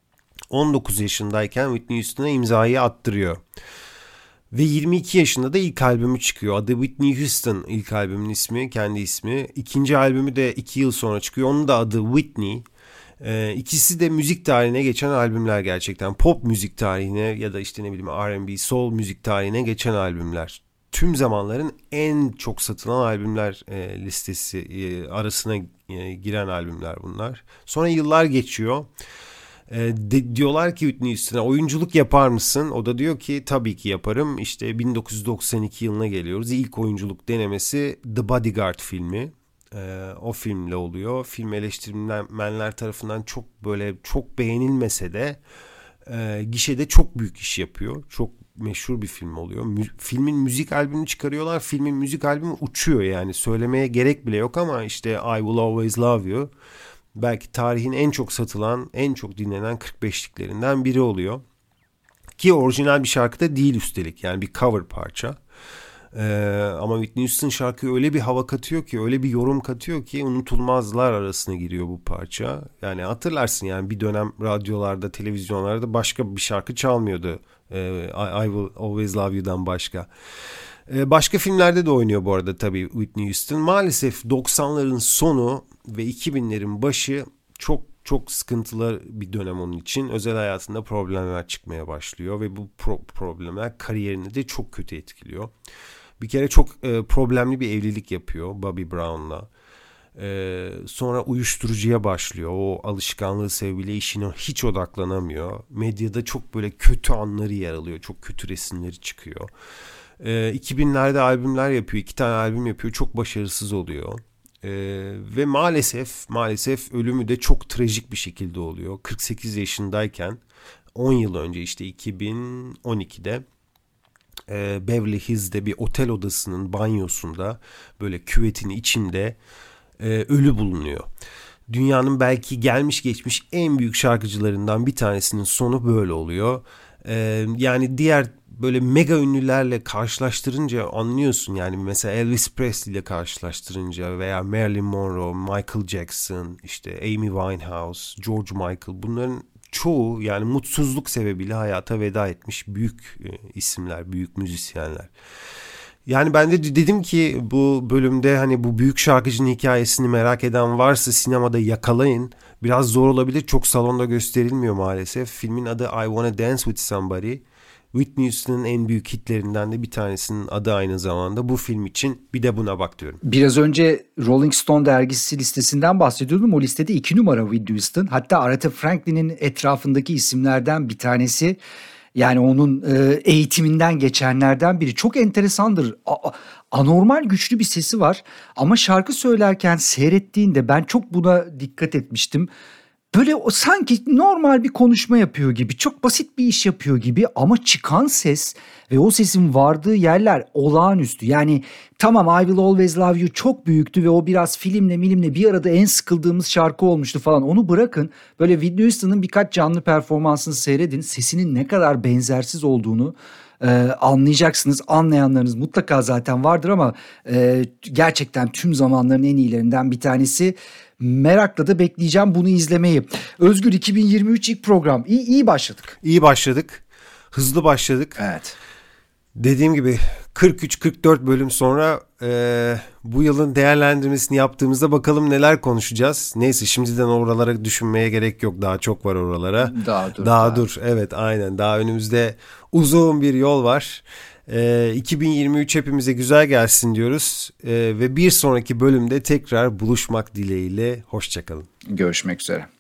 on dokuz yaşındayken Whitney Houston'a imzayı attırıyor. Ve yirmi iki yaşında da ilk albümü çıkıyor. Adı Whitney Houston, ilk albümün ismi, kendi ismi. İkinci albümü de iki yıl sonra çıkıyor. Onun da adı Whitney. Ee, ikisi de müzik tarihine geçen albümler gerçekten. Pop müzik tarihine ya da işte ne bileyim R and B, soul müzik tarihine geçen albümler. Tüm zamanların en çok satılan albümler e, listesi e, arasına e, giren albümler bunlar. Sonra yıllar geçiyor. E, de, diyorlar ki Whitney Houston'a oyunculuk yapar mısın? O da diyor ki tabii ki yaparım. İşte bin dokuz yüz doksan iki yılına geliyoruz. İlk oyunculuk denemesi The Bodyguard filmi. E, o filmle oluyor. Film eleştirmenler tarafından çok böyle çok beğenilmese de e, gişede çok büyük iş yapıyor. Çok meşhur bir film oluyor. Mü- filmin müzik albümünü çıkarıyorlar. Filmin müzik albümü uçuyor yani. Söylemeye gerek bile yok ama işte I Will Always Love You belki tarihin en çok satılan, en çok dinlenen kırk beşliklerinden biri oluyor. Ki orijinal bir şarkı da değil üstelik. Yani bir cover parça. Ee, ama Whitney Houston şarkıya öyle bir hava katıyor ki, öyle bir yorum katıyor ki unutulmazlar arasına giriyor bu parça. Yani hatırlarsın yani bir dönem radyolarda, televizyonlarda başka bir şarkı çalmıyordu. Ee, I, I Will Always Love You'dan başka. Ee, başka filmlerde de oynuyor bu arada tabii Whitney Houston. Maalesef doksanların sonu ve iki binlerin başı çok çok sıkıntılı bir dönem onun için. Özel hayatında problemler çıkmaya başlıyor ve bu pro- problemler kariyerini de çok kötü etkiliyor. Bir kere çok e, problemli bir evlilik yapıyor Bobby Brown'la. E, sonra uyuşturucuya başlıyor. O alışkanlığı sebebiyle işine hiç odaklanamıyor. Medyada çok böyle kötü anları yer alıyor. Çok kötü resimleri çıkıyor. E, iki binlerde albümler yapıyor. İki tane albüm yapıyor. Çok başarısız oluyor. Ee, ve maalesef maalesef ölümü de çok trajik bir şekilde oluyor. kırk sekiz yaşındayken on yıl önce işte iki bin on ikide e, Beverly Hills'de bir otel odasının banyosunda böyle küvetin içinde e, ölü bulunuyor. Dünyanın belki gelmiş geçmiş en büyük şarkıcılarından bir tanesinin sonu böyle oluyor. Ee, yani diğer böyle mega ünlülerle karşılaştırınca anlıyorsun yani mesela Elvis Presley ile karşılaştırınca veya Marilyn Monroe, Michael Jackson, işte Amy Winehouse, George Michael, bunların çoğu yani mutsuzluk sebebiyle hayata veda etmiş büyük e, isimler, büyük müzisyenler. Yani ben de dedim ki bu bölümde hani bu büyük şarkıcının hikayesini merak eden varsa sinemada yakalayın. Biraz zor olabilir, çok salonda gösterilmiyor maalesef. Filmin adı I Wanna Dance With Somebody. Whitney Houston'ın en büyük hitlerinden de bir tanesinin adı aynı zamanda. Bu film için bir de buna bak diyorum. Biraz önce Rolling Stone dergisi listesinden bahsediyordum. O listede iki numara Whitney Houston. Hatta Aretha Franklin'in etrafındaki isimlerden bir tanesi. Yani onun eğitiminden geçenlerden biri. Çok enteresandır. A- anormal güçlü bir sesi var. Ama şarkı söylerken seyrettiğinde ben çok buna dikkat etmiştim. Böyle o sanki normal bir konuşma yapıyor gibi, çok basit bir iş yapıyor gibi ama çıkan ses ve o sesin vardığı yerler olağanüstü. Yani tamam I Will Always Love You çok büyüktü ve o biraz filmle milimle bir arada en sıkıldığımız şarkı olmuştu falan. Onu bırakın, böyle Whitney Houston'ın birkaç canlı performansını seyredin, sesinin ne kadar benzersiz olduğunu Ee, anlayacaksınız. Anlayanlarınız mutlaka zaten vardır ama e, gerçekten tüm zamanların en iyilerinden bir tanesi. Merakla da bekleyeceğim bunu izlemeyi. Özgür, iki bin yirmi üç ilk program. İyi, iyi başladık. İyi başladık. Hızlı başladık. Evet. Dediğim gibi kırk üç kırk dört bölüm sonra e, bu yılın değerlendirmesini yaptığımızda bakalım neler konuşacağız. Neyse şimdiden oralara düşünmeye gerek yok. Daha çok var oralara. Daha dur. Daha, daha dur. Evet aynen. Daha önümüzde uzun bir yol var. E, iki bin yirmi üç hepimize güzel gelsin diyoruz. E, ve bir sonraki bölümde tekrar buluşmak dileğiyle. Hoşça kalın. Görüşmek üzere.